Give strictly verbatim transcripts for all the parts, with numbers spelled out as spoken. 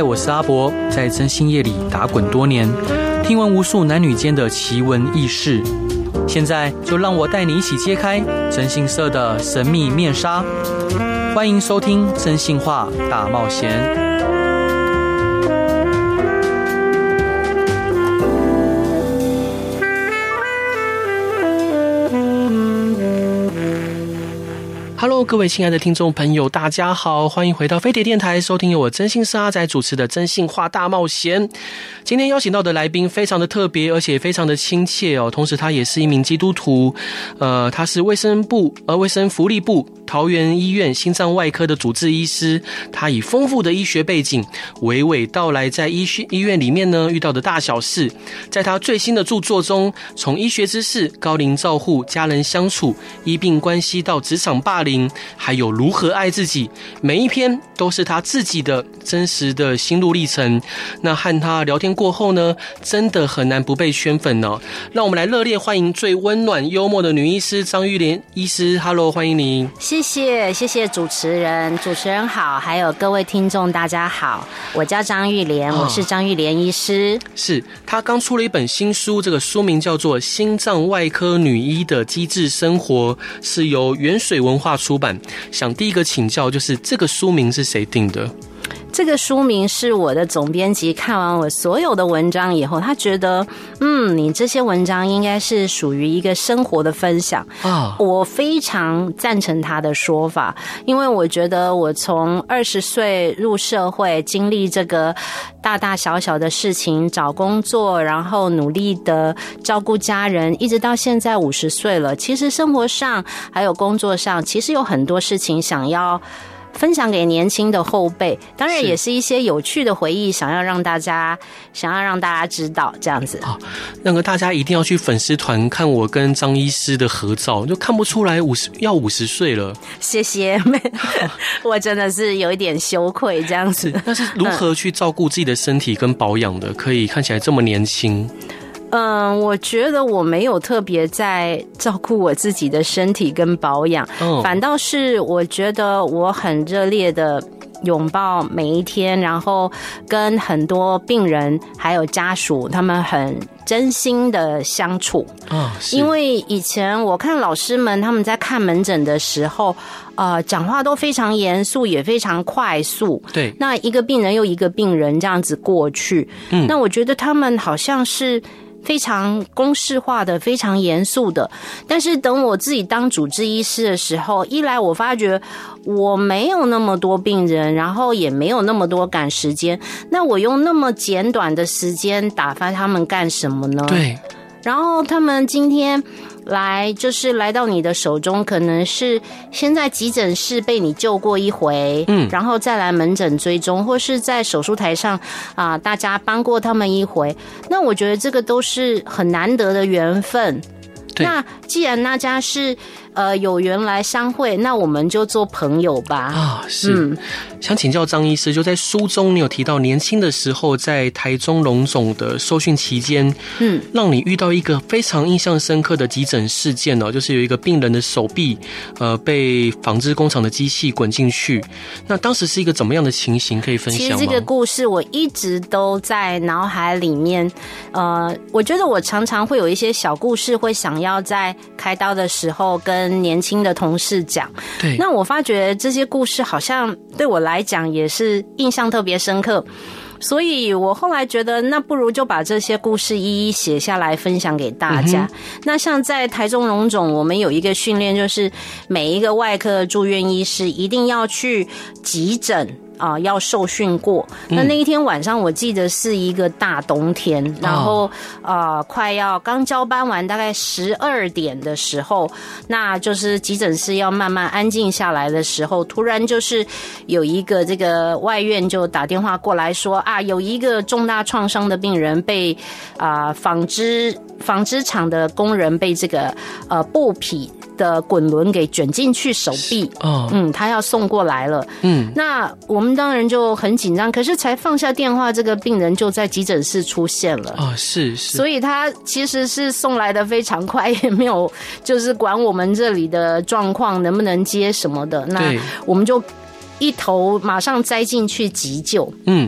嗨，我是阿伯，在征信业里打滚多年，听闻无数男女间的奇闻异事。现在就让我带你一起揭开征信社的神秘面纱。欢迎收听《征信话大冒险》。Hello， 各位亲爱的听众朋友，大家好，欢迎回到飞碟电台，收听由我征信社阿仔主持的《征信话大冒险》。今天邀请到的来宾非常的特别，而且非常的亲切哦。同时，他也是一名基督徒，呃，他是卫生部呃卫生福利部桃园医院心脏外科的主治医师。他以丰富的医学背景，娓娓道来在医医院里面呢遇到的大小事。在他最新的著作中，从医学知识、高龄照护、家人相处、医病关系到职场霸凌，还有如何爱自己，每一篇都是他自己的真实的心路历程。那和他聊天过后呢，真的很难不被圈粉哦。让我们来热烈欢迎最温暖幽默的女医师张玉莲医师。 Hello， 欢迎您。 谢谢谢谢主持人，主持人好，还有各位听众大家好，我叫张玉莲，我是张玉莲医师。 是他刚出了一本新书，这个书名叫做《心脏外科女医的机智生活》，是由原水文化出版。想第一个请教，就是这个书名是谁定的？ 这个书名是我的总编辑看完我所有的文章以后，他觉得嗯，你这些文章应该是属于一个生活的分享啊。我非常赞成他的说法，因为我觉得我从二十岁入社会，经历这个大大小小的事情，找工作，然后努力的照顾家人，一直到现在五十岁了，其实生活上还有工作上，其实有很多事情想要分享给年轻的后辈，当然也是一些有趣的回忆，想要让大家想要让大家知道这样子。好， 那个大家一定要去粉丝团看我跟张医师的合照，就看不出来五十要五十岁了。 谢谢，我真的是有一点羞愧这样子。 但是如何去照顾自己的身体跟保养的，可以看起来这么年轻？ 嗯，我觉得我没有特别在照顾我自己的身体跟保养，哦，反倒是我觉得我很热烈的拥抱每一天，然后跟很多病人还有家属他们很真心的相处，哦，因为以前我看老师们他们在看门诊的时候呃，讲话都非常严肃，也非常快速。 对， 那一个病人又一个病人这样子过去，嗯，那我觉得他们好像是非常公式化的，非常严肃的。但是等我自己当主治医师的时候，一来我发觉我没有那么多病人，然后也没有那么多赶时间，那我用那么简短的时间打发他们干什么呢？ 对。 然后他们今天来就是来到你的手中，可能是先在急诊室被你救过一回，嗯，然后再来门诊追踪，或是在手术台上啊，呃，大家帮过他们一回。那我觉得这个都是很难得的缘分。那既然大家是呃有缘来相会，那我们就做朋友吧。 啊，是。嗯，想请教张医师，就在书中你有提到年轻的时候在台中荣总的受训期间，嗯，让你遇到一个非常印象深刻的急诊事件哦，就是有一个病人的手臂呃被纺织工厂的机器滚进去。那当时是一个怎么样的情形，可以分享吗？ 其实这个故事我一直都在脑海里面，呃，我觉得我常常会有一些小故事会想要在开刀的时候跟年轻的同事讲。对，那我发觉这些故事好像对我来讲也是印象特别深刻，所以我后来觉得那不如就把这些故事一一写下来分享给大家。嗯，那像在台中荣总，我们有一个训练，就是每一个外科住院医师一定要去急诊啊，要受训过。那那一天晚上，我记得是一个大冬天，嗯，然后啊，呃，快要刚交班完，大概十二点的时候，那就是急诊室要慢慢安静下来的时候，突然就是有一个这个外院就打电话过来说啊，有一个重大创伤的病人被啊，呃、纺织纺织厂的工人被这个呃布匹的滚轮给卷进去手臂，哦，嗯，他要送过来了，嗯，那我们当然就很紧张，可是才放下电话，这个病人就在急诊室出现了， 哦，是是， 所以他其实是送来的非常快，也没有就是管我们这里的状况能不能接什么的，那我们就一头马上栽进去急救，嗯。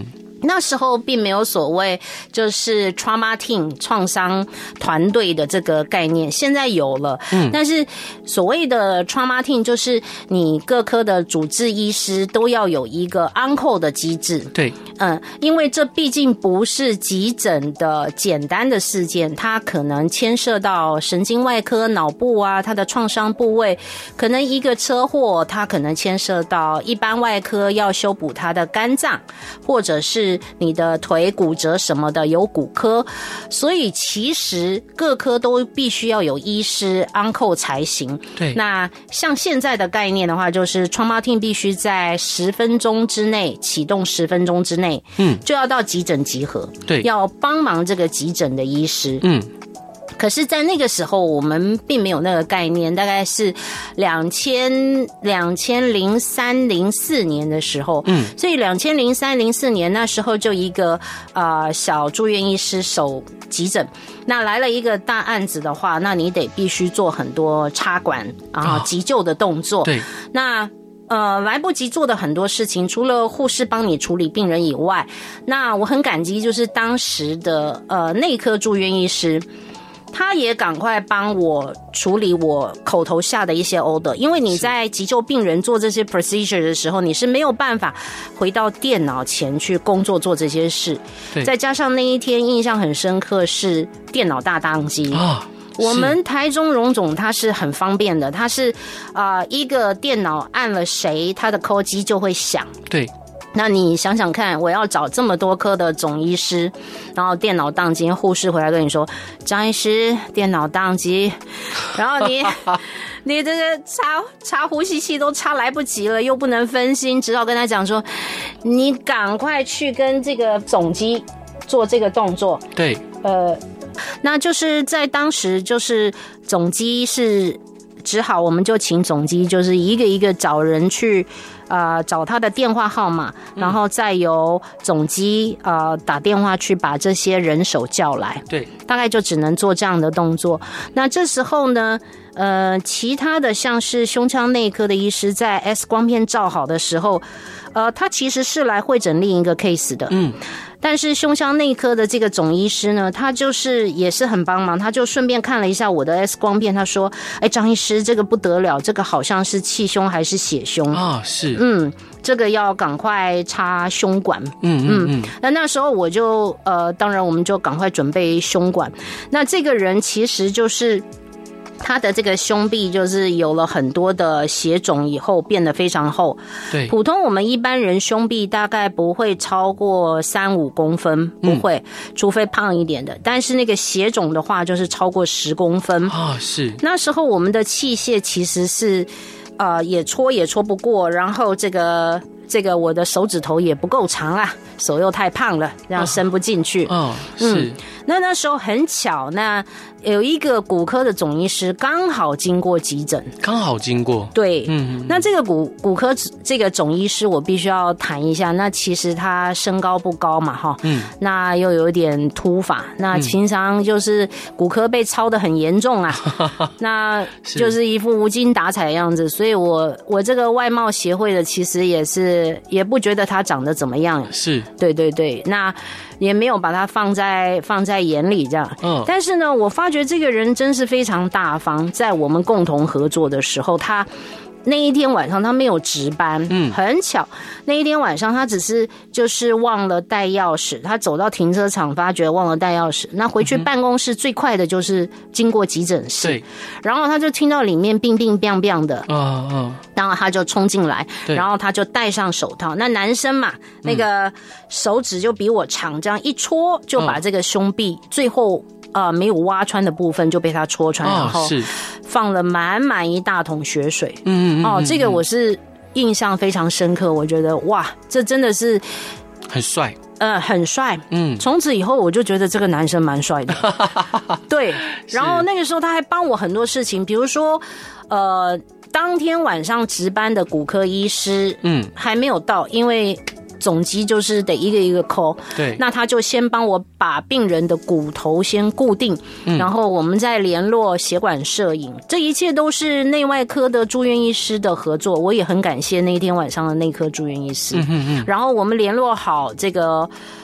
那时候并没有所谓就是 trauma team 创伤团队的这个概念，现在有了。嗯，但是所谓的 trauma team 就是你各科的主治医师都要有一个 on-call 的机制。 对， 嗯，因为这毕竟不是急诊的简单的事件，它可能牵涉到神经外科、脑部啊，它的创伤部位，可能一个车祸，它可能牵涉到一般外科要修补它的肝脏，或者是你的腿骨折什么的有骨科，所以其实各科都必须要有医师 on call 才行。 对， 那像现在的概念的话，就是 trauma team 必须在十分钟之内启动，十分钟之内，嗯，就要到急诊集合， 对， 要帮忙这个急诊的医师， 嗯。 可是在那个时候我们并没有那个概念，大概是两千两千零三零四年的时候，嗯，所以两千零三零四年那时候就一个呃小住院医师守急诊，那来了一个大案子的话，那你得必须做很多插管啊急救的动作， 对， 那。呃，来不及做的很多事情，除了护士帮你处理病人以外，那我很感激，就是当时的呃内科住院医师，他也赶快帮我处理我口头下的一些 order， 因为你在急救病人做这些 procedure 的时候，你是没有办法回到电脑前去工作做这些事。再加上那一天印象很深刻是电脑大宕机啊。我们台中荣总它是很方便的，它是啊、呃、一个电脑按了谁，它的 call 机就会响。 对。 那你想想看，我要找这么多科的总医师，然后电脑宕机，护士回来跟你说，张医师电脑宕机，然后你你这个插插呼吸器都插来不及了，又不能分心，只好跟他讲说，你赶快去跟这个总机做这个动作。 对， 呃。那就是在当时，就是总机是只好我们就请总机，就是一个一个找人去，呃，找他的电话号码，然后再由总机呃打电话去把这些人手叫来。 对， 大概就只能做这样的动作。那这时候呢，呃，其他的像是胸腔内科的医师在 X 光片照好的时候，呃，他其实是来会诊另一个 case 的。嗯。但是胸腔内科的这个总医师呢，他就是也是很帮忙，他就顺便看了一下我的 X 光片，他说：“哎，张医师，这个不得了，这个好像是气胸还是血胸啊？是， 嗯，这个要赶快插胸管。嗯嗯嗯。那那时候我就呃，当然我们就赶快准备胸管。那这个人其实就是。”他的这个胸壁就是有了很多的血肿以后变得非常厚。 对， 普通我们一般人胸壁大概不会超过三五公分，不会，嗯、除非胖一点的。但是那个血肿的话，就是超过十公分啊。是那时候我们的器械其实是呃也戳也戳不过，然后这个。这个我的手指头也不够长啊，手又太胖了，这样伸不进去。 哦，是。 嗯，那那时候很巧，那有一个骨科的总医师刚好经过急诊， 刚好经过。 对，嗯，那这个骨骨科这个总医师，我必须要谈一下。那其实他身高不高嘛，哈，嗯，那又有点秃发，那平常就是骨科被操得很严重啊，嗯、那就是一副无精打采的样子。所以我我这个外貌协会的其实也是。也不觉得他长得怎么样， 是对对对，那也没有把他放在放在眼里这样。嗯，但是呢，我发觉这个人真是非常大方，在我们共同合作的时候，他。那一天晚上他没有值班，嗯，很巧，那一天晚上他只是就是忘了带钥匙，他走到停车场发觉忘了带钥匙，那回去办公室最快的就是经过急诊室，对，然后他就听到里面冰冰冰冰的，嗯嗯，然后他就冲进来，然后他就戴上手套，那男生嘛，那个手指就比我长，这样一戳就把这个胸壁最后。呃，没有挖穿的部分就被他戳穿，哦、然后放了满满一大桶血水。嗯, 嗯, 嗯哦，这个我是印象非常深刻，我觉得哇，这真的是很帅， 呃，很帅。嗯，从此以后我就觉得这个男生蛮帅的。对，然后那个时候他还帮我很多事情，比如说，呃，当天晚上值班的骨科医师，嗯，还没有到，因为。总机就是得一个一个 call， 对， 那他就先帮我把病人的骨头先固定，嗯、然后我们再联络血管摄影，这一切都是内外科的住院医师的合作，我也很感谢那天晚上的内科住院医师。嗯嗯嗯，然后我们联络好这个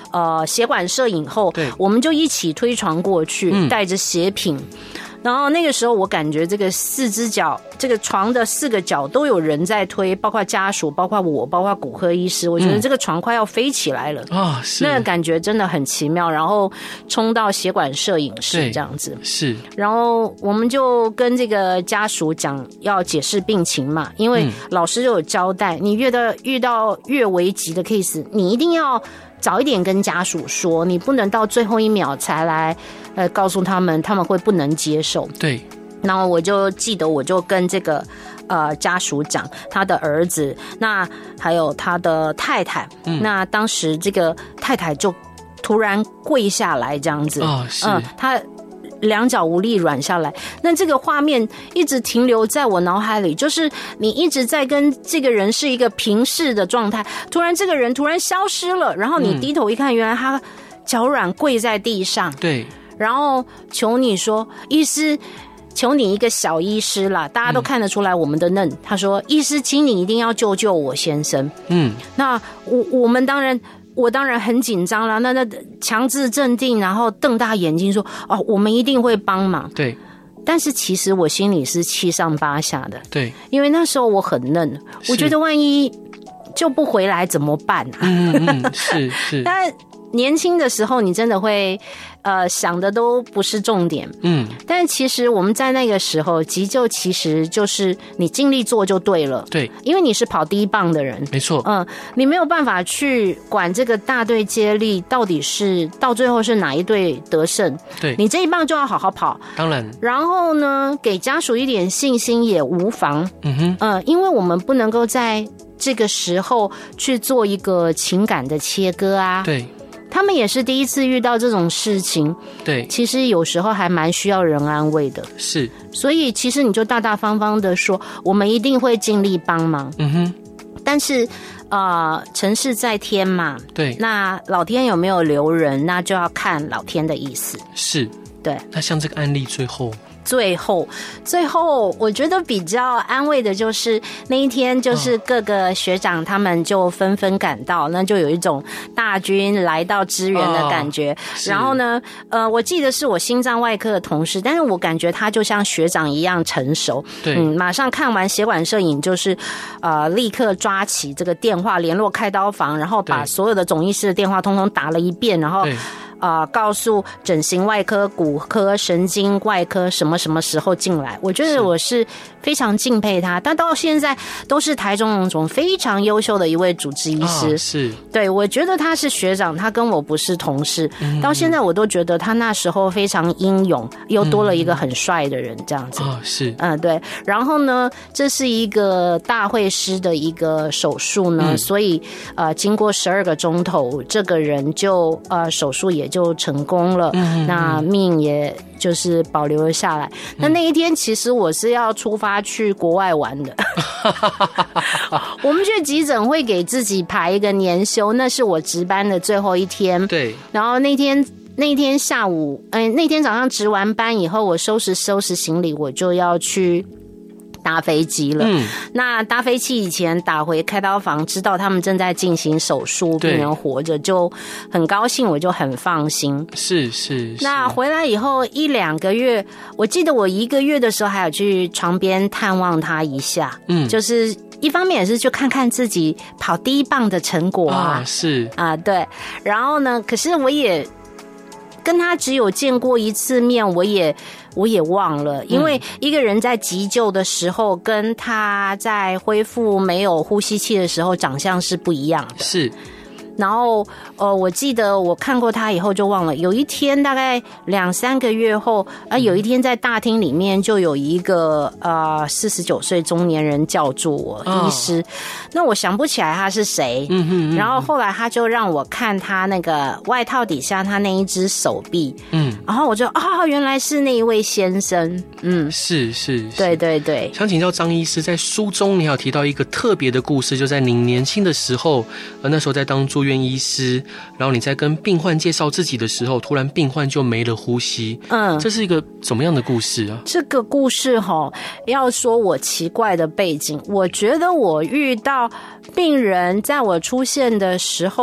呃血管摄影后，我们就一起推床过去，嗯、带着血品。然后那个时候，我感觉这个四只脚，这个床的四个角都有人在推，包括家属，包括我，包括骨科医师。我觉得这个床快要飞起来了啊、嗯！是那个感觉真的很奇妙。然后冲到血管摄影室这样子， 是。 然后我们就跟这个家属讲要解释病情嘛，因为老师就有交代，你越到遇到越危急的 case， 你一定要早一点跟家属说，你不能到最后一秒才来。呃，告诉他们，他们会不能接受。 对， 然后我就记得，我就跟这个呃家属讲，他的儿子，那还有他的太太，嗯、那当时这个太太就突然跪下来，这样子， 哦，是， 嗯，他两脚无力软下来。那这个画面一直停留在我脑海里，就是你一直在跟这个人是一个平视的状态，突然这个人突然消失了，然后你低头一看，嗯、原来他脚软跪在地上。 对。 然后求你说，医师，求你一个小医师啦，大家都看得出来我们的嫩。嗯、他说，医师，请你一定要救救我先生。嗯，那我我们当然，我当然很紧张啦，那那强制镇定，然后瞪大眼睛说，哦，我们一定会帮忙。 对。 但是其实我心里是七上八下的。 对。 因为那时候我很嫩，我觉得万一救不回来怎么办啊？ 嗯嗯，是是。 但年轻的时候，你真的会，呃，想的都不是重点。嗯，但其实我们在那个时候，急救其实就是你尽力做就对了。 对， 因为你是跑第一棒的人， 没错。 嗯，你没有办法去管这个大队接力到底是到最后是哪一队得胜。 对， 你这一棒就要好好跑。 当然， 然后呢，给家属一点信心也无妨。嗯哼，嗯，因为我们不能够在这个时候去做一个情感的切割啊。 对。 他们也是第一次遇到这种事情， 对， 其实有时候还蛮需要人安慰的， 是， 所以其实你就大大方方的说，我们一定会尽力帮忙，嗯哼，但是呃，成事在天嘛， 对， 那老天有没有留人，那就要看老天的意思， 是， 对， 那像这个案例最后。 最后，最后，我觉得比较安慰的就是那一天，就是各个学长他们就纷纷赶到，那就有一种大军来到支援的感觉。哦、然后呢，呃，我记得是我心脏外科的同事，但是我感觉他就像学长一样成熟。 对， 嗯，马上看完血管摄影，就是呃，立刻抓起这个电话联络开刀房，然后把所有的总医师的电话通通打了一遍，然后。呃，告诉整形外科、骨科、神经外科什么什么时候进来，我觉得我是非常敬佩他。但到现在都是台中荣总非常优秀的一位主治医师， 哦、是对我觉得他是学长，他跟我不是同事。嗯、到现在我都觉得他那时候非常英勇，又多了一个很帅的人，这样子。 哦，是， 嗯，对。然后呢，这是一个大会师的一个手术呢，嗯、所以呃，经过十二个钟头，这个人就呃手术也。就成功了，嗯嗯嗯那命也就是保留了下来。嗯、那那一天其实我是要出发去国外玩的，我们去急诊会给自己排一个年休，那是我值班的最后一天。 对， 然后那天那天下午，哎，那天早上值完班以后，我收拾收拾行李，我就要去。搭飞机了，嗯，那搭飞机以前打回开刀房，知道他们正在进行手术，病人活着，就很高兴，我就很放心。 是是。 那回来以后一两个月，我记得我一个月的时候还有去床边探望他一下，嗯，就是一方面也是就看看自己跑第一棒的成果啊， 啊是啊对，然后呢，可是我也。跟他只有见过一次面，我也我也忘了，因为一个人在急救的时候，跟他在恢复没有呼吸器的时候，长相是不一样的。 是。 然后，呃，我记得我看过他以后就忘了。有一天，大概两三个月后，啊、呃，有一天在大厅里面就有一个呃四十九岁中年人叫住我，哦、医师。那我想不起来他是谁。嗯哼嗯。然后后来他就让我看他那个外套底下他那一只手臂。嗯。然后我就啊、哦，原来是那一位先生。嗯， 是是。 对对对。 想请教张医师，在书中你还有提到一个特别的故事，就在您年轻的时候，呃，那时候在当住院医师，然后你在跟病患介绍自己的时候，突然病患就没了呼吸。嗯，这是一个怎么样的故事啊？ 这个故事齁，要说我奇怪的背景，我觉得我遇到病人在我出现的时候，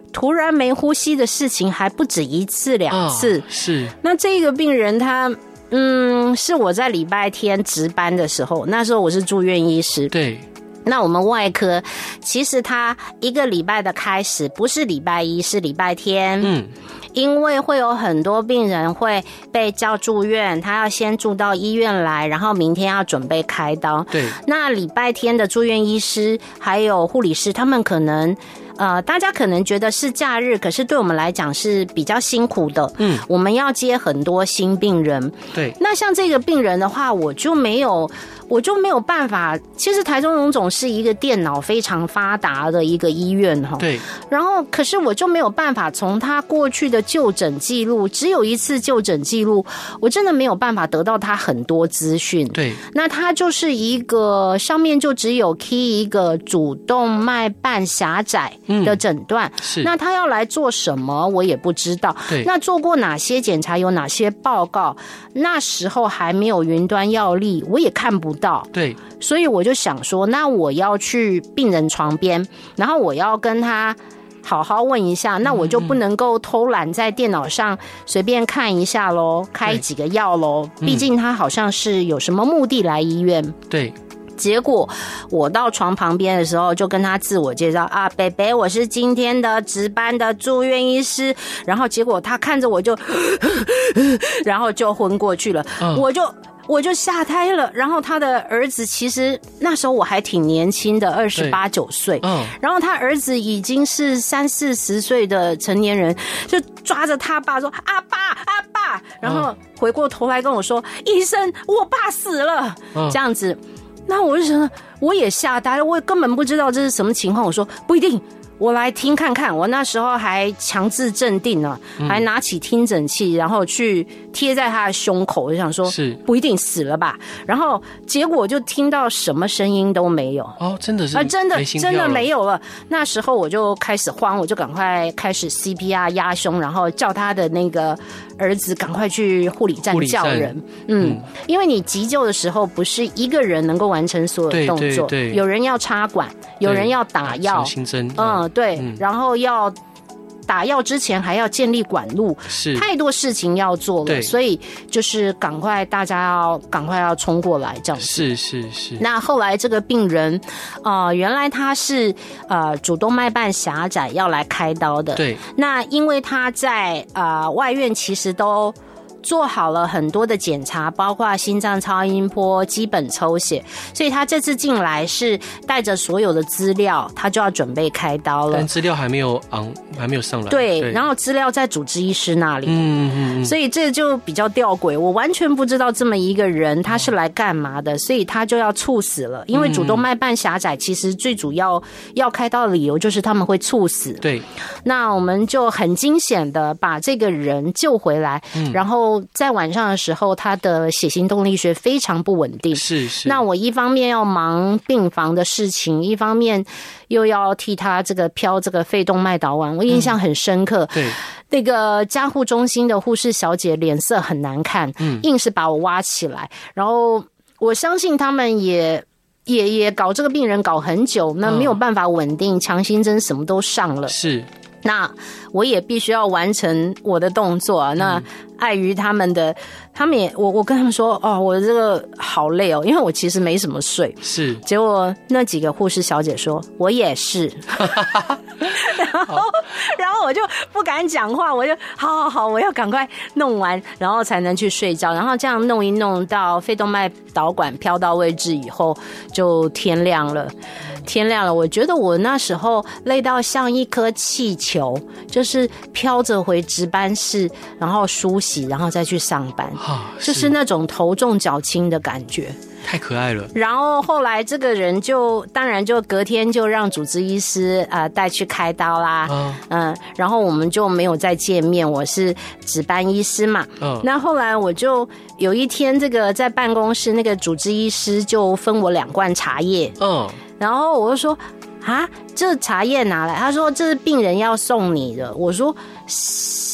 突然没呼吸的事情还不止一次两次。哦， 是。 那这个病人他嗯，是我在礼拜天值班的时候，那时候我是住院医师。 对。 那我们外科其实他一个礼拜的开始不是礼拜一，是礼拜天。嗯。因为会有很多病人会被叫住院，他要先住到医院来，然后明天要准备开刀。 对。 那礼拜天的住院医师还有护理师，他们可能呃，大家可能觉得是假日，可是对我们来讲是比较辛苦的。嗯。我们要接很多新病人。 对。 那像这个病人的话，我就没有。我就没有办法，其实台中荣总是一个电脑非常发达的一个医院哈。 对。 然后，可是我就没有办法从他过去的就诊记录，只有一次就诊记录，我真的没有办法得到他很多资讯。 对。 那他就是一个上面就只有 key 一个主动脉瓣狭窄的诊断。 嗯，是。 那他要来做什么，我也不知道。 对。 那做过哪些检查，有哪些报告？那时候还没有云端药历，我也看不到。 对， 所以我就想说，那我要去病人床边，然后我要跟他好好问一下，那我就不能够偷懒在电脑上随便看一下咯，开几个药咯，毕竟他好像是有什么目的来医院。 对。 结果我到床旁边的时候，就跟他自我介绍啊，北北，我是今天的值班的住院医师。然后结果他看着我就，然后就昏过去了。嗯，我就。我就吓呆了，然后他的儿子其实那时候我还挺年轻的，二十八九岁，嗯，然后他儿子已经是三四十岁的成年人，就抓着他爸说：“阿爸，阿爸！”然后回过头来跟我说：“医生，我爸死了。”这样子，那我就想，我也吓呆了，我根本不知道这是什么情况。我说不一定。我来听看看，我那时候还强制镇定呢，嗯，还拿起听诊器，然后去贴在他的胸口，我就想说，是不一定死了吧？然后结果就听到什么声音都没有。 哦，真的是啊，真的真的没有了。那时候我就开始慌，我就赶快开始 C P R 压胸，然后叫他的那个儿子赶快去护理站叫人。嗯，嗯，因为你急救的时候不是一个人能够完成所有的动作，对对对，有人要插管，有人要打药， 新针， 嗯。对，嗯，然后要打药之前还要建立管路， 是太多事情要做了，所以就是赶快大家要赶快要冲过来这样子。 是是是。 那后来这个病人，呃，原来他是呃主动脉瓣狭窄要来开刀的， 对。 那因为他在呃外院其实都做好了很多的检查，包括心脏超音波、基本抽血，所以他这次进来是带着所有的资料，他就要准备开刀了。 但资料还没有昂，还没有上来。 对，对，然后资料在主治医师那里，嗯嗯嗯，所以这就比较吊诡，我完全不知道这么一个人他是来干嘛的，所以他就要猝死了。因为主动脉瓣狭窄，其实最主要要开刀的理由就是他们会猝死。 对， 那我们就很惊险的把这个人救回来，嗯，然后。在晚上的时候，他的血型动力学非常不稳定。 是是。 那我一方面要忙病房的事情，一方面又要替他这个飘这个肺动脉导管，我印象很深刻。嗯，对。那个加护中心的护士小姐脸色很难看，嗯，硬是把我挖起来。然后我相信他们也也也搞这个病人搞很久，那没有办法稳定，强心针什么都上了。 是。 那我也必须要完成我的动作啊。那碍于他们的，他们也我我跟他们说，哦，我这个好累哦，因为我其实没什么睡。 是。 结果那几个护士小姐说，我也是。然后，然后我就不敢讲话，我就好好好，我要赶快弄完，然后才能去睡觉。然后这样弄一弄到肺动脉导管飘到位置以后，就天亮了。天亮了，我觉得我那时候累到像一颗气球，就是飘着回值班室，然后梳洗，然后再去上班，啊，是就是那种头重脚轻的感觉。 太可爱了。 然后后来这个人就当然就隔天就让主治医师呃带去开刀啦，嗯、呃、然后我们就没有再见面，我是值班医师嘛，嗯，那后来我就有一天这个在办公室那个主治医师就分我两罐茶叶，嗯，然后我就说啊，这茶叶拿来，他说这是病人要送你的，我说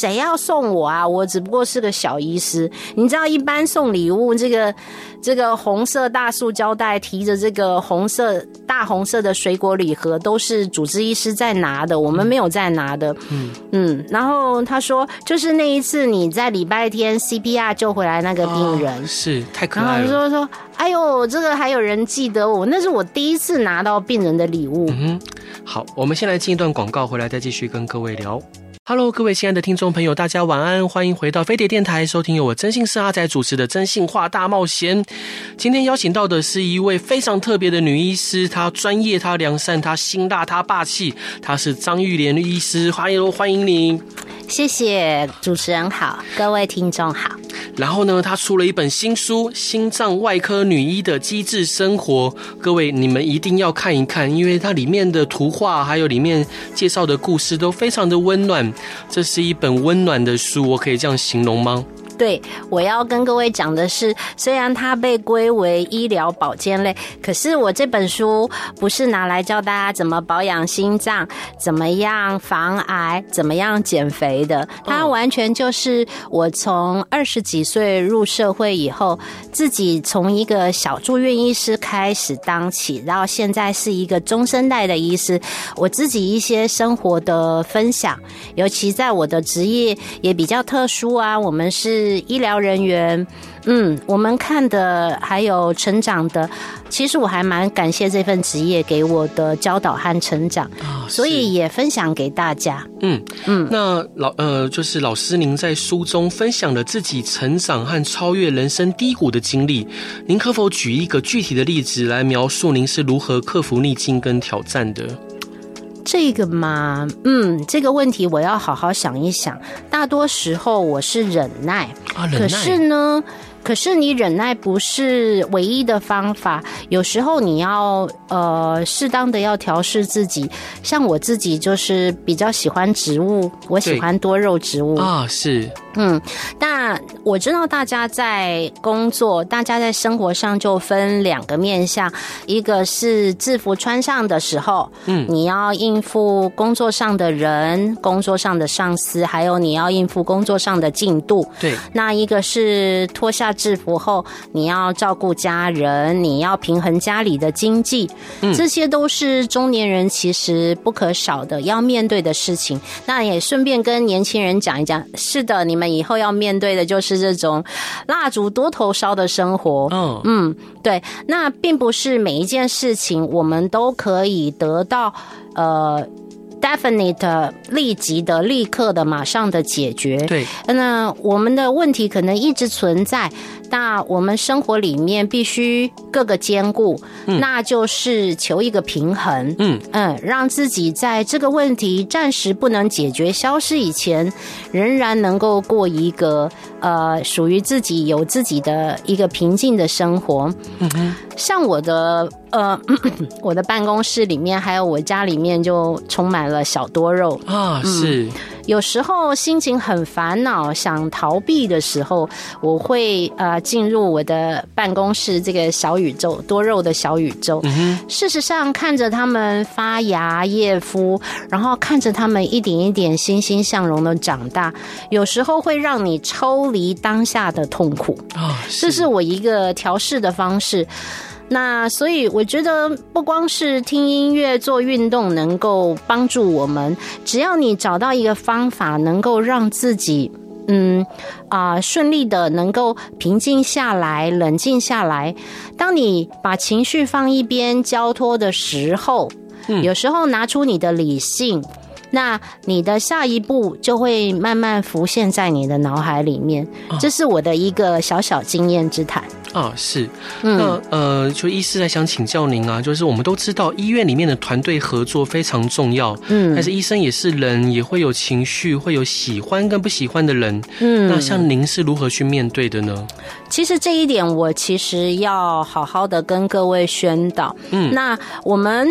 谁要送我啊？我只不过是个小医师。你知道一般送礼物，这个这个红色大塑胶袋提着这个红色大红色的水果礼盒，都是主治医师在拿的，我们没有在拿的。嗯嗯，然后他说，就是那一次你在礼拜天 C P R 救回来那个病人， 哦、是太可爱了。 然后说说，哎呦，这个还有人记得我，那是我第一次拿到病人的礼物。 嗯哼，好，我们先来进一段广告，回来再继续跟各位聊。Hello， 各位亲爱的听众朋友，大家晚安，欢迎回到飞碟电台，收听由我真心是阿仔主持的真心话大冒险。今天邀请到的是一位非常特别的女医师，她专业，她良善，她辛辣，她霸气，她是张玉莲医师，欢迎欢迎你。 谢谢主持人好，各位听众好。 然后呢，她出了一本新书《心脏外科女医的机智生活》，各位你们一定要看一看，因为它里面的图画还有里面介绍的故事都非常的温暖，这是一本温暖的书，我可以这样形容吗？ 对，我要跟各位讲的是，虽然它被归为医疗保健类，可是我这本书不是拿来教大家怎么保养心脏，怎么样防癌，怎么样减肥的。它完全就是我从二十几岁入社会以后，自己从一个小住院医师开始当起，然后现在是一个中生代的医师，我自己一些生活的分享，尤其在我的职业也比较特殊啊，我们是医疗人员，嗯，我们看的还有成长的，其实我还蛮感谢这份职业给我的教导和成长，哦、所以也分享给大家。嗯嗯， 那老呃，就是老师您在书中分享了自己成长和超越人生低谷的经历，您可否举一个具体的例子来描述您是如何克服逆境跟挑战的？ 这个嘛，嗯，这个问题我要好好想一想。大多时候我是忍耐， 啊，忍耐。 可是呢，可是你忍耐不是唯一的方法，有时候你要呃适当的要调试自己。像我自己就是比较喜欢植物，我喜欢多肉植物啊，是。 嗯，但我知道大家在工作，大家在生活上就分两个面向，一个是制服穿上的时候，嗯，你要应付工作上的人、工作上的上司，还有你要应付工作上的进度。 对， 那一个是脱下制服后，你要照顾家人，你要平衡家里的经济，嗯，这些都是中年人其实不可少的要面对的事情。那也顺便跟年轻人讲一讲，是的，你们以后要面对的就是这种蜡烛多头烧的生活。嗯嗯，对，那并不是每一件事情我们都可以得到呃definite 立即的、立刻的、马上的解决。 对， 那我们的问题可能一直存在，那我们生活里面必须各个兼顾，嗯、那就是求一个平衡。嗯嗯，让自己在这个问题暂时不能解决、消失以前，仍然能够过一个呃属于自己、有自己的一个平静的生活。嗯哼，像我的。呃，我的办公室里面还有我家里面就充满了小多肉啊，是、嗯。 有时候心情很烦恼，想逃避的时候，我会呃进入我的办公室这个小宇宙，多肉的小宇宙。嗯、事实上，看着他们发芽叶孵，然后看着他们一点一点欣欣向荣的长大，有时候会让你抽离当下的痛苦啊。这是我一个调试的方式。那所以我觉得不光是听音乐做运动能够帮助我们，只要你找到一个方法能够让自己嗯啊、呃、顺利的能够平静下来、冷静下来，当你把情绪放一边交托的时候、嗯、有时候拿出你的理性，那你的下一步就会慢慢浮现在你的脑海里面、哦、这是我的一个小小经验之谈啊，是，嗯、那呃，就医师在想请教您啊，就是我们都知道医院里面的团队合作非常重要，嗯，但是医生也是人，也会有情绪，会有喜欢跟不喜欢的人，嗯，那像您是如何去面对的呢？ 其实这一点我其实要好好的跟各位宣导，嗯，那我们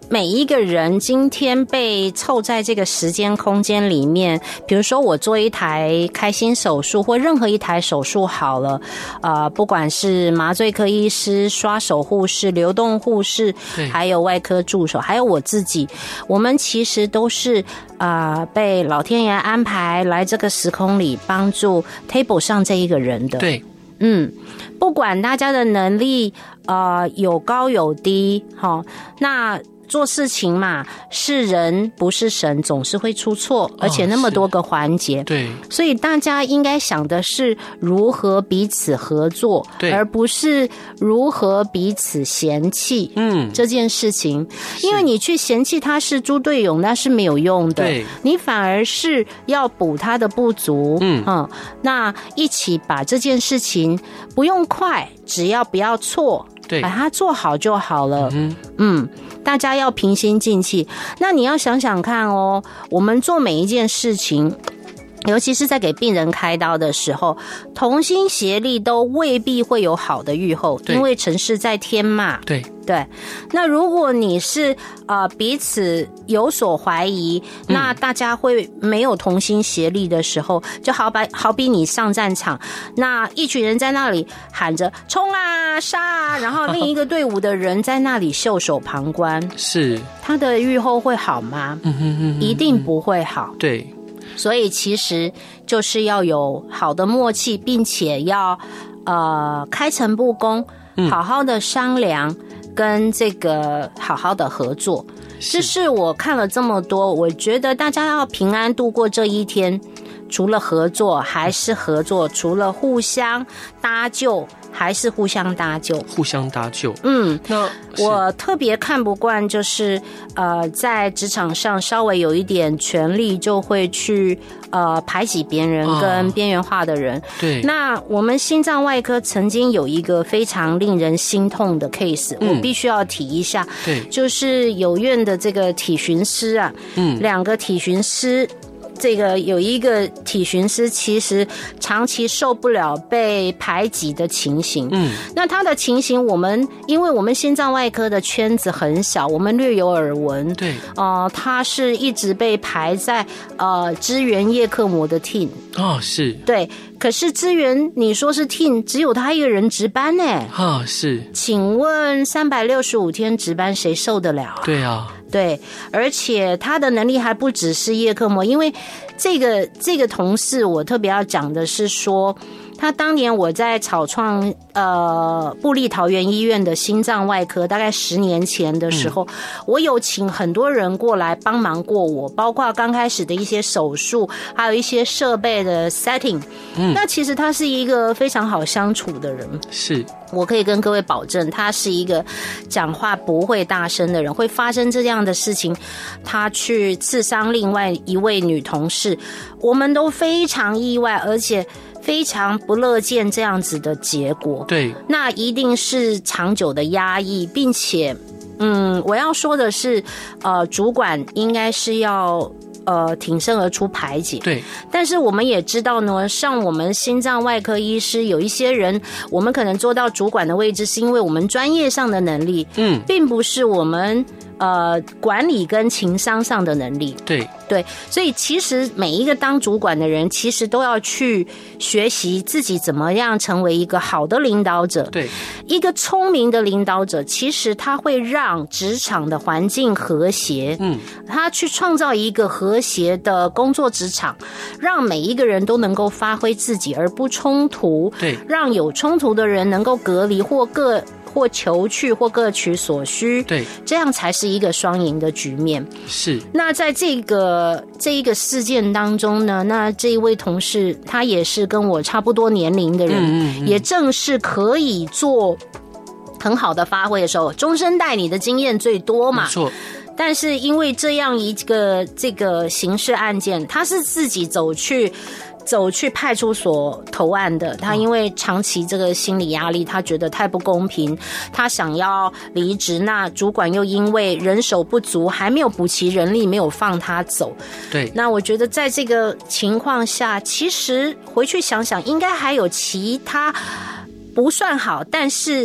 每一个人今天被凑在这个时间空间里面，比如说我做一台开心手术或任何一台手术好了，呃，不管是麻醉科医师、刷手护士、流动护士，还有外科助手，还有我自己，我们其实都是啊、呃、被老天爷安排来这个时空里帮助 table 上这一个人的。 对， 嗯，不管大家的能力呃有高有低，齁，那做事情嘛，是人不是神，总是会出错，而且那么多个环节， 对， 所以大家应该想的是如何彼此合作，而不是如何彼此嫌弃。嗯，这件事情，因为你去嫌弃他是猪队友，那是没有用的。对，你反而是要补他的不足。嗯嗯，那一起把这件事情不用快，只要不要错。对，把它做好就好了。嗯嗯，大家要平心静气。那你要想想看哦，我们做每一件事情，尤其是在给病人开刀的时候，同心协力都未必会有好的预后，因为成事在天嘛。对对，那如果你是呃彼此有所怀疑，那大家会没有同心协力的时候，就好比好比你上战场，那一群人在那里喊着冲啊杀啊，然后另一个队伍的人在那里袖手旁观，是他的预后会好吗？嗯哼哼，一定不会好。对。所以其实就是要有好的默契，并且要呃开诚布公，好好的商量，跟这个好好的合作。这是我看了这么多，我觉得大家要平安度过这一天，除了合作还是合作，除了互相搭救还是互相搭救， 互相搭救。嗯， 那我特别看不惯就是呃，在职场上稍微有一点权力就会去呃排挤别人跟边缘化的人。哦、对，那我们心脏外科曾经有一个非常令人心痛的 case，、嗯、我必须要提一下。对，就是有院的这个体巡师啊，嗯，两个体巡师。这个有一个体巡师其实长期受不了被排挤的情形，嗯，那他的情形我们因为我们心脏外科的圈子很小，我们略有耳闻，对，呃，他是一直被排在呃支援叶克膜的 team， 哦，是， 对，可是支援你说是 team， 只有他一个人值班呢， 啊，是， 请问三百六十五天值班谁受得了啊？ 对啊。 对，而且他的能力还不只是叶克膜，因为这个这个同事，我特别要讲的是说，他当年我在草创呃部立桃园医院的心脏外科，大概十年前的时候、嗯，我有请很多人过来帮忙过我，包括刚开始的一些手术，还有一些设备的 setting。嗯，那其实他是一个非常好相处的人，是。我可以跟各位保证，他是一个讲话不会大声的人，会发生这样的事情，他去刺伤另外一位女同事，我们都非常意外，而且非常不乐见这样子的结果。对，那一定是长久的压抑，并且，嗯，我要说的是，呃，主管应该是要。呃，挺身而出排解。对，但是我们也知道呢，像我们心脏外科医师，有一些人，我们可能做到主管的位置，是因为我们专业上的能力，嗯，并不是我们呃管理跟情商上的能力。对对，所以其实每一个当主管的人，其实都要去学习自己怎么样成为一个好的领导者。对，一个聪明的领导者，其实他会让职场的环境和谐，嗯，他去创造一个和谐的工作职场，让每一个人都能够发挥自己而不冲突。对，让有冲突的人能够隔离或各或求去或各取所需。对，这样才是一个双赢的局面。是。那在这个这一个事件当中呢，那这一位同事他也是跟我差不多年龄的人，嗯嗯嗯，也正是可以做很好的发挥的时候，终身代理的经验最多嘛。没错。但是因为这样一个这个刑事案件，他是自己走去走去派出所投案的，他因为长期这个心理压力，他觉得太不公平，他想要离职，那主管又因为人手不足，还没有补齐人力，没有放他走。对，那我觉得在这个情况下，其实回去想想，应该还有其他不算好，但是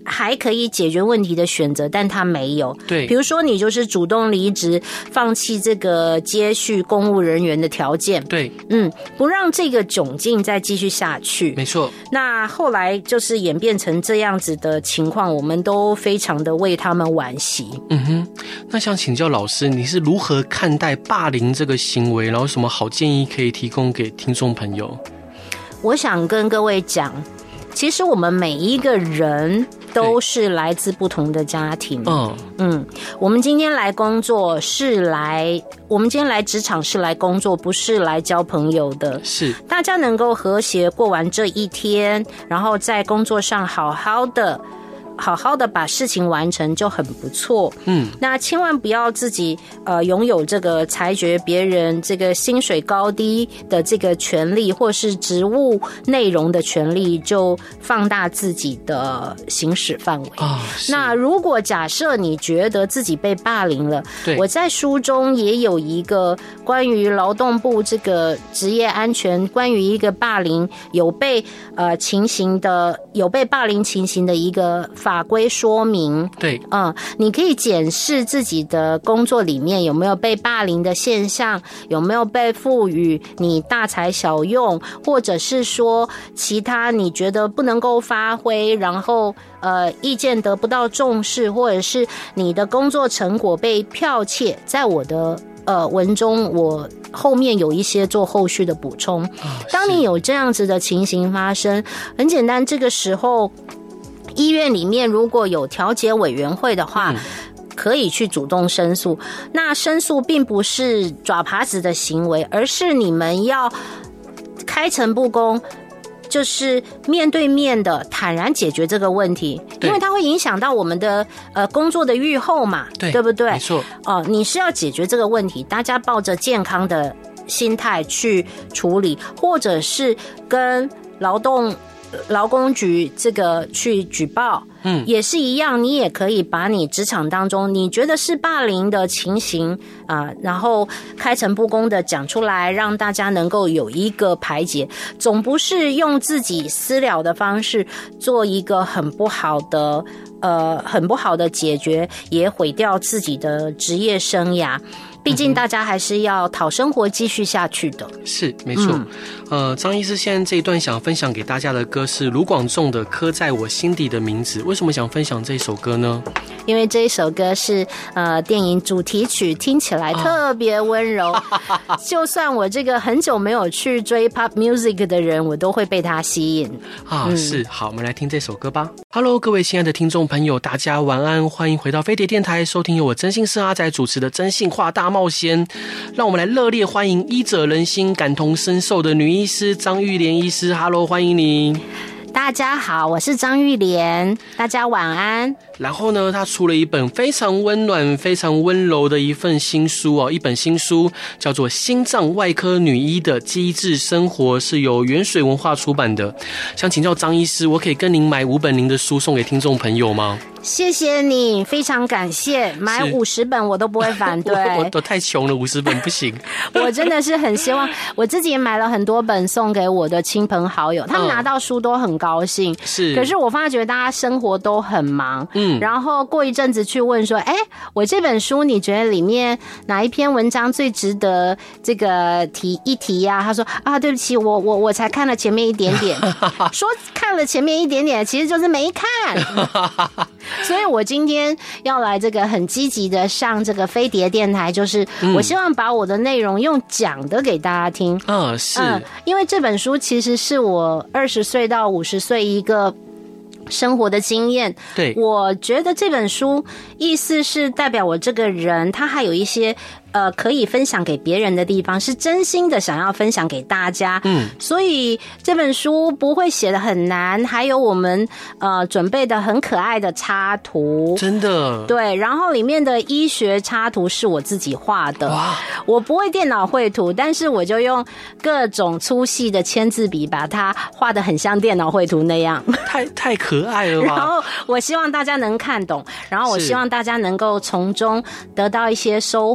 还可以解决问题的选择，但他没有。 对， 比如说你就是主动离职，放弃这个接续公务人员的条件。 对， 嗯，不让这个窘境再继续下去。 没错。 那后来就是演变成这样子的情况，我们都非常的为他们惋惜。 嗯哼，那想请教老师，你是如何看待霸凌这个行为？然后什么好建议可以提供给听众朋友？ 我想跟各位讲，其实我们每一个人都是来自不同的家庭。嗯嗯，我们今天来工作是来，我们今天来职场是来工作，不是来交朋友的。是，大家能够和谐过完这一天，然后在工作上好好的。好好的把事情完成就很不错。嗯，那千万不要自己呃拥有这个裁决别人这个薪水高低的这个权利，或是职务内容的权利，就放大自己的行使范围。啊，那如果假设你觉得自己被霸凌了，我在书中也有一个关于劳动部这个职业安全，关于一个霸凌有被呃情形的有被霸凌情形的一个法规说明。对，嗯，你可以检视自己的工作里面有没有被霸凌的现象，有没有被赋予你大材小用，或者是说其他你觉得不能够发挥，然后呃意见得不到重视，或者是你的工作成果被剽窃。在我的呃文中，我后面有一些做后续的补充。当你有这样子的情形发生，很简单，这个时候医院里面如果有调解委员会的话，嗯，可以去主动申诉。那申诉并不是爪耙子的行为，而是你们要开诚布公，就是面对面的坦然解决这个问题，因为它会影响到我们的呃工作的预后嘛， 对, 对不对？没错。哦、呃，你是要解决这个问题，大家抱着健康的心态去处理，或者是跟劳动劳工局这个去举报，嗯，也是一样，你也可以把你职场当中你觉得是霸凌的情形啊、呃，然后开诚布公的讲出来，让大家能够有一个排解，总不是用自己私了的方式做一个很不好的呃很不好的解决，也毁掉自己的职业生涯。毕竟大家还是要讨生活继续下去的。是，没错。嗯、呃，张医师现在这一段想分享给大家的歌是卢广仲的《刻在我心底的名字》。为什么想分享这首歌呢？因为这一首歌是呃电影主题曲，听起来特别温柔。啊、就算我这个很久没有去追 pop music 的人，我都会被它吸引。啊，嗯、是。好，我们来听这首歌吧。Hello， 各位亲爱的听众朋友，大家晚安，欢迎回到飞碟电台，收听由我真心是阿仔主持的真性化大冒险。让我们来热烈欢迎医者仁心、感同身受的女医师张玉莲医师。Hello， 欢迎你。大家好，我是张玉莲，大家晚安。然后呢，他出了一本非常温暖、非常温柔的一份新书哦，一本新书叫做《心脏外科女医的机智生活》，是由原水文化出版的。想请教张医师，我可以跟您买五本您的书送给听众朋友吗？谢谢你，非常感谢，买五十本我都不会反对。我, 我都太穷了，五十本不行。我真的是很希望，我自己也买了很多本送给我的亲朋好友，他们拿到书都很高兴。是，可是我发觉大家生活都很忙，嗯，然后过一阵子去问说，哎，我这本书你觉得里面哪一篇文章最值得这个提一提呀、啊？他说啊，对不起，我我我才看了前面一点点，说看了前面一点点，其实就是没看。所以我今天要来这个很积极的上这个飞碟电台，就是我希望把我的内容用讲的给大家听。嗯，是、嗯，因为这本书其实是我二十岁到五十岁一个生活的经验。对，我觉得这本书意思是代表我这个人，他还有一些呃，可以分享给别人的地方，是真心的想要分享给大家。嗯，所以这本书不会写得很难，还有我们呃准备的很可爱的插图，真的。对，然后里面的医学插图是我自己画的。哇，我不会电脑绘图，但是我就用各种粗细的签字笔把它画得很像电脑绘图那样，太太可爱了吧。然后我希望大家能看懂，然后我希望大家能够从中得到一些收获，或者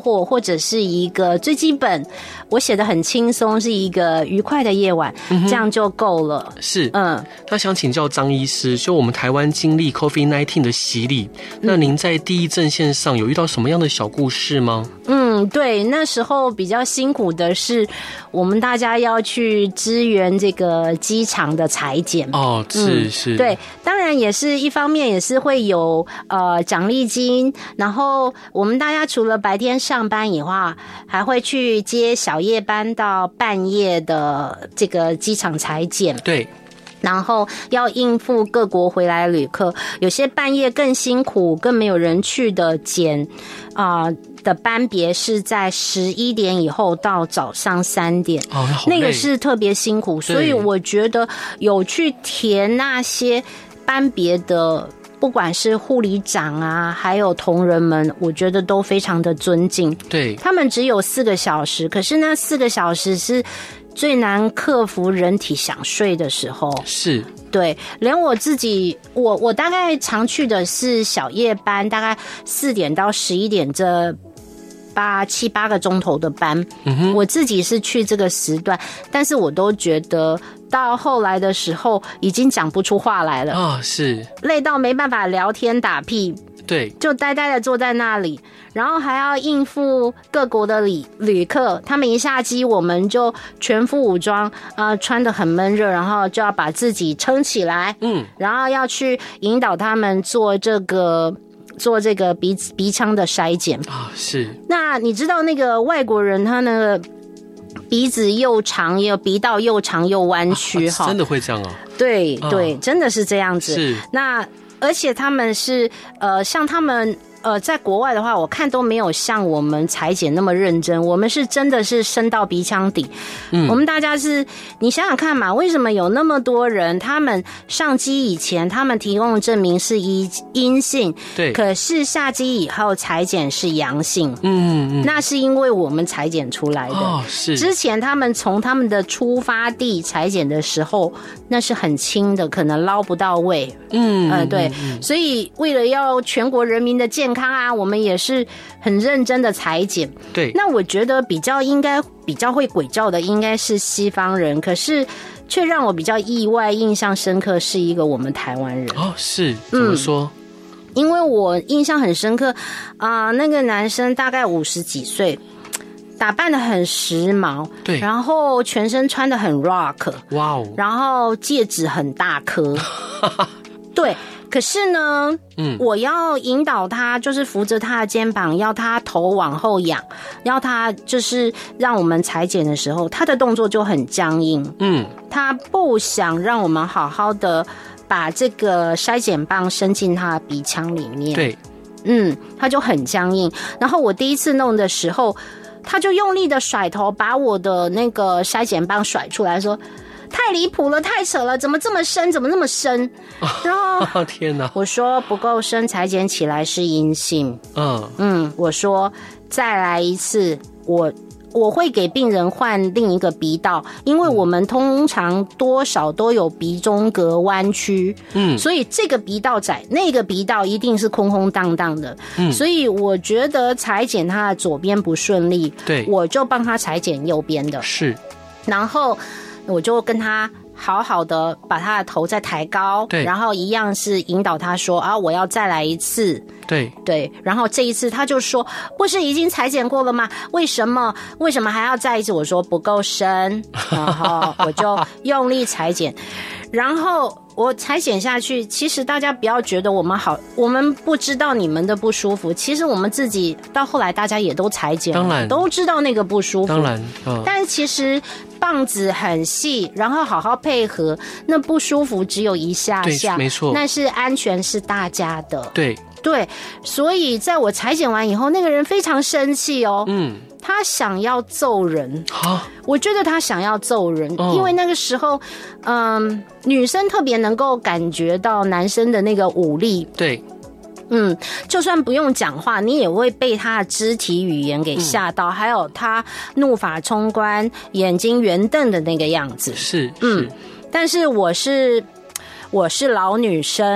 者是一个最基本，我写的很轻松，是一个愉快的夜晚，嗯、这样就够了。 是，嗯，那想请教张医师，就我们台湾经历 COVID 十九 的洗礼，那您在第一阵线上有遇到什么样的小故事吗？ 嗯，对，那时候比较辛苦的是，我们大家要去支援这个机场的裁剪。 哦，是、嗯、是， 对，当然也是一方面也是会有呃奖励金，然后我们大家除了白天上班以外，还会去接小夜班到半夜的这个机场裁剪。 对。 然后要应付各国回来的旅客，有些半夜更辛苦、更没有人去的检啊、呃、的班别是在十一点以后到早上三点， 哦， 那个是特别辛苦，所以我觉得有去填那些班别的，不管是护理长啊，还有同仁们，我觉得都非常的尊敬。 对， 他们只有四个小时，可是那四个小时是最难克服人体想睡的时候。 是， 对，连我自己，我我大概常去的是小夜班，大概四点到十一点这八七八个钟头的班、嗯、我自己是去这个时段，但是我都觉得到后来的时候已经讲不出话来了啊、哦，是累到没办法聊天打屁， 对， 就呆呆的坐在那里，然后还要应付各国的旅旅客，他们一下机我们就全副武装，呃，穿得很闷热，然后就要把自己撑起来，嗯，然后要去引导他们做这个做这个鼻鼻腔的筛检啊、哦，是。 那你知道那个外国人他那个鼻子又长，也有鼻道又长又弯曲哈、 啊啊，真的会这样啊？ 对对、哦，真的是这样子。 是。 那而且他们是呃，像他们呃，在国外的话，我看都没有像我们裁剪那么认真。我们是真的是伸到鼻腔底。嗯，我们大家是，你想想看嘛，为什么有那么多人，他们上机以前，他们提供的证明是阴阴性， 对， 可是下机以后裁剪是阳性。嗯嗯，那是因为我们裁剪出来的。 哦，是。 之前他们从他们的出发地裁剪的时候，那是很轻的，可能捞不到位。嗯，呃，对，嗯、所以为了要全国人民的健康啊，我们也是很认真的裁剪。 对， 那我觉得比较应该比较会鬼叫的应该是西方人，可是却让我比较意外、印象深刻是一个我们台湾人。 哦，是怎么说？嗯、 因为我印象很深刻啊、呃，那个男生大概五十几岁。打扮得很时髦， 对， 然后全身穿得很 rock， 哇哦， 然后戒指很大颗，对。可是呢，嗯，我要引导他，就是扶着他的肩膀，要他头往后仰，要他就是让我们裁剪的时候，他的动作就很僵硬，嗯，他不想让我们好好的把这个筛检棒伸进他的鼻腔里面， 对， 嗯，他就很僵硬。然后我第一次弄的时候，他就用力的甩头，把我的那个筛检棒甩出来，说太离谱了，太扯了，怎么这么深，怎么那么深？然后天哪， 我说不够深，裁剪起来是阴性。嗯嗯，我说再来一次，我我会给病人换另一个鼻道，因为我们通常多少都有鼻中隔弯曲，嗯，所以这个鼻道窄，那个鼻道一定是空空荡荡的，嗯，所以我觉得裁剪他的左边不顺利， 对， 我就帮他裁剪右边的， 是， 然后我就跟他好好的把他的头再抬高， 对， 然后一样是引导他说啊，我要再来一次， 对对，然后这一次他就说，不是已经裁剪过了吗？为什么为什么还要再一次？我说不够深，然后我就用力裁剪，然后我裁剪下去。其实大家不要觉得我们好，我们不知道你们的不舒服，其实我们自己到后来大家也都裁剪了， 当然都知道那个不舒服， 当然，嗯， 但是其实棒子很细，然后好好配合，那不舒服只有一下下， 没错， 那是安全是大家的， 对对，所以在我裁剪完以后，那个人非常生气哦，嗯，他想要揍人， 啊， 我觉得他想要揍人，哦，因为那个时候，嗯，女生特别能够感觉到男生的那个武力， 对。 嗯，就算不用讲话，你也会被他的肢体语言给吓到，嗯，还有他怒发冲冠、眼睛圆瞪的那个样子。 是， 嗯，但是我是我是老女生，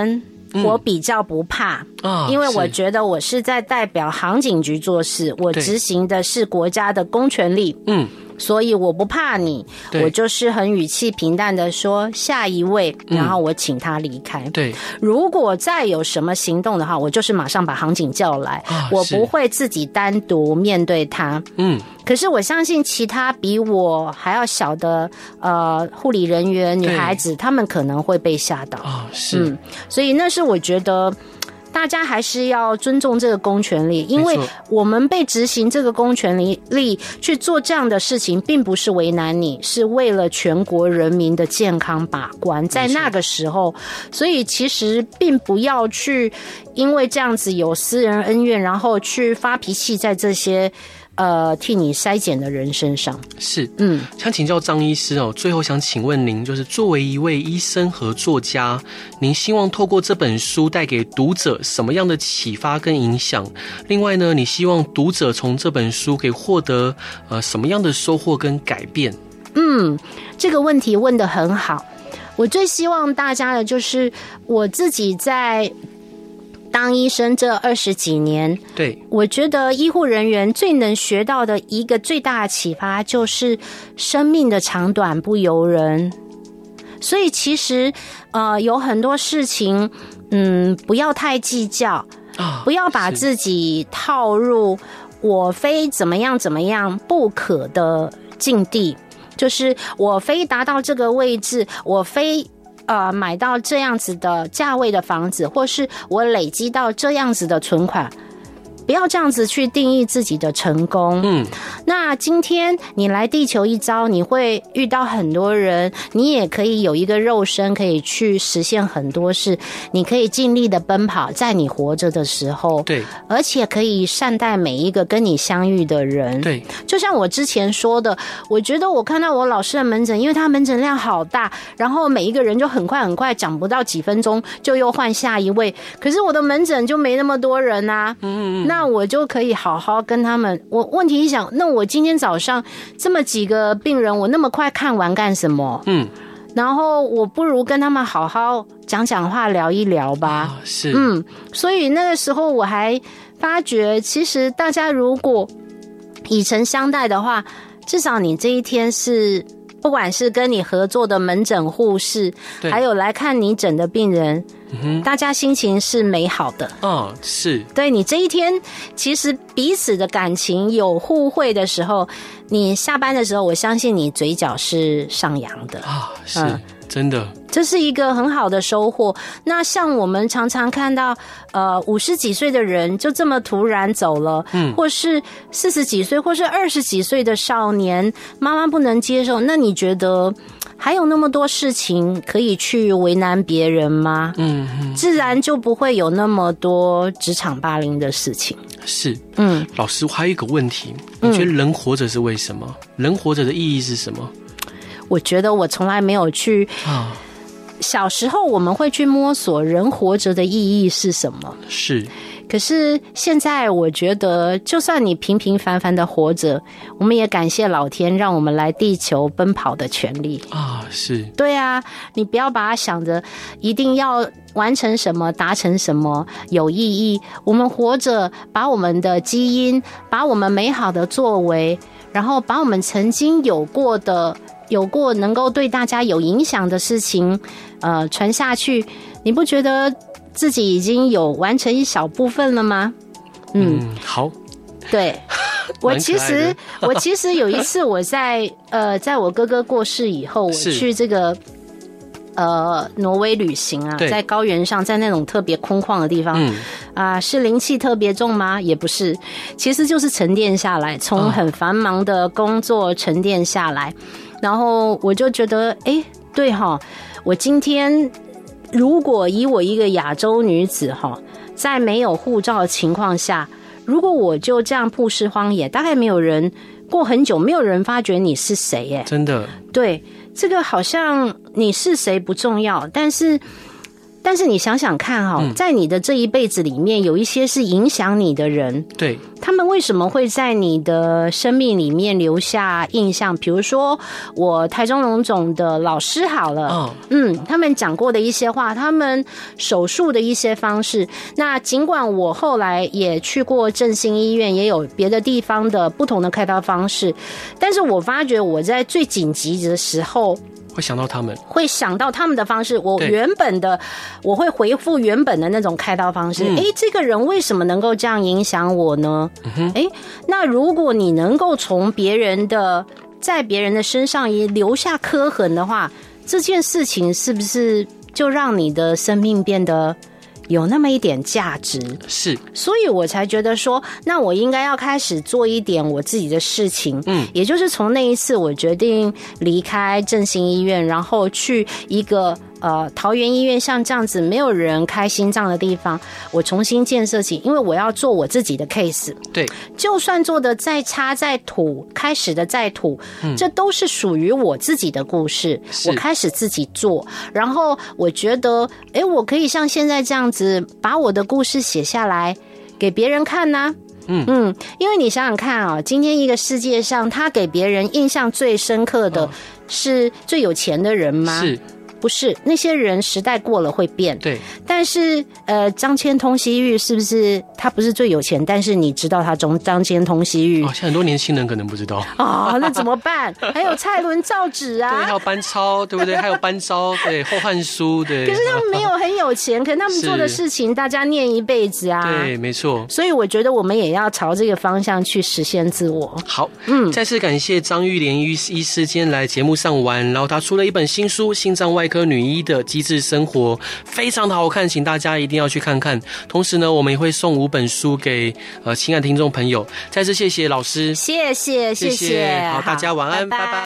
我比较不怕、嗯、因为我觉得我是在代表航警局做事，我执行的是国家的公权力，嗯，所以我不怕你，我就是很语气平淡的说下一位，然后我请他离开。对，如果再有什么行动的话，我就是马上把航警叫来、啊、我不会自己单独面对他。嗯，可是我相信其他比我还要小的呃护理人员、女孩子，他们可能会被吓到啊、哦。是、嗯，所以那是我觉得。大家还是要尊重这个公权力，因为我们被执行这个公权力去做这样的事情，并不是为难你，是为了全国人民的健康把关。在那个时候，所以其实并不要去因为这样子有私人恩怨，然后去发脾气在这些呃，替你筛检的人身上。是，嗯， 想请教张医师哦，最后想请问您，就是作为一位医生和作家，您希望透过这本书带给读者什么样的启发跟影响？另外呢，你希望读者从这本书可以获得呃什么样的收获跟改变？ 嗯，这个问题问得很好。我最希望大家的就是我自己在当医生这二十几年，对，我觉得医护人员最能学到的一个最大的启发就是生命的长短不由人。所以其实呃有很多事情，嗯，不要太计较，哦、不要把自己套入我非怎么样怎么样不可的境地，就是我非达到这个位置，我非。呃，买到这样子的价位的房子，或是我累积到这样子的存款，不要这样子去定义自己的成功。嗯，那今天你来地球一遭，你会遇到很多人，你也可以有一个肉身可以去实现很多事，你可以尽力的奔跑，在你活着的时候，对，而且可以善待每一个跟你相遇的人。对，就像我之前说的，我觉得我看到我老师的门诊，因为他门诊量好大，然后每一个人就很快很快，讲不到几分钟就又换下一位，可是我的门诊就没那么多人啊。嗯，那我就可以好好跟他们。我问题一想，那我今天早上这么几个病人，我那么快看完干什么？嗯，然后我不如跟他们好好讲讲话，聊一聊吧。哦、是，嗯，所以那个时候我还发觉，其实大家如果以诚相待的话，至少你这一天是。不管是跟你合作的门诊护士，还有来看你诊的病人，嗯、大家心情是美好的。哦，是。对，你这一天其实彼此的感情有互惠的时候，你下班的时候，我相信你嘴角是上扬的。啊、哦，是、嗯，真的。这是一个很好的收获。那像我们常常看到，呃，五十几岁的人就这么突然走了，嗯，或是四十几岁，或是二十几岁的少年，妈妈不能接受。那你觉得还有那么多事情可以去为难别人吗？嗯，嗯自然就不会有那么多职场霸凌的事情。是，嗯， 老师，我还有一个问题，你觉得人活着是为什么？嗯、人活着的意义是什么？ 我觉得我从来没有去啊。小时候我们会去摸索人活着的意义是什么，是。可是现在我觉得，就算你平平凡凡的活着，我们也感谢老天让我们来地球奔跑的权利啊，是。对啊，你不要把它想着一定要完成什么、达成什么有意义。我们活着，把我们的基因，把我们美好的作为，然后把我们曾经有过的。有过能够对大家有影响的事情，呃，传下去，你不觉得自己已经有完成一小部分了吗？嗯，嗯好。对，我其实我其实有一次我在呃，在我哥哥过世以后，我去这个呃挪威旅行啊，在高原上，在那种特别空旷的地方，嗯啊、呃，是灵气特别重吗？也不是，其实就是沉淀下来，从很繁忙的工作沉淀下来。然后我就觉得，哎，对哈，我今天如果以我一个亚洲女子哈，在没有护照的情况下，如果我就这样曝尸荒野，大概没有人过很久，没有人发觉你是谁耶。真的，对，这个好像你是谁不重要，但是但是你想想看哈、哦嗯，在你的这一辈子里面，有一些是影响你的人， 对， 他们为什么会在你的生命里面留下印象？比如说我台中荣总的老师好了，哦、嗯，他们讲过的一些话，他们手术的一些方式。那尽管我后来也去过振兴医院，也有别的地方的不同的开刀方式，但是我发觉我在最紧急的时候。 会想到他们，会想到他们的方式。我原本的，我会回复原本的那种开刀方式。哎、嗯，这个人为什么能够这样影响我呢？哎、嗯，那如果你能够从别人的，在别人的身上也留下刻痕的话，这件事情是不是就让你的生命变得有那么一点价值？ 是， 所以我才觉得说，那我应该要开始做一点我自己的事情。嗯，也就是从那一次，我决定离开振兴医院，然后去一个呃桃园医院像这样子没有人开心脏的地方，我重新建设起，因为我要做我自己的 case。 对，就算做的再差再土，开始的再土，嗯、这都是属于我自己的故事。我开始自己做，然后我觉得，哎，我可以像现在这样子，把我的故事写下来给别人看呢、啊。嗯嗯，因为你想想看啊，今天一个世界上，他给别人印象最深刻的是最有钱的人吗？ 是。 不是，那些人时代过了会变。 对， 但是呃，张骞通西域是不是他不是最有钱？但是你知道他中张骞通西域？ 哦，现在很多年轻人可能不知道。 哦，那怎么办？还有蔡伦造纸啊， 对，还有班超，对不对？还有班超，对，后汉书，对。 可是他们没有很有钱，可是他们做的事情大家念一辈子啊。 对，没错。 所以我觉得我们也要朝这个方向去实现自我。 好，嗯，再次感谢张玉莲医师今天来节目上玩，然后他出了一本新书《心脏外科女医的机智生活》，非常的好看，请大家一定要去看看。同时呢，我们也会送五本书给呃亲爱的听众朋友。再次谢谢老师， 谢谢谢谢， 好，大家晚安，拜拜。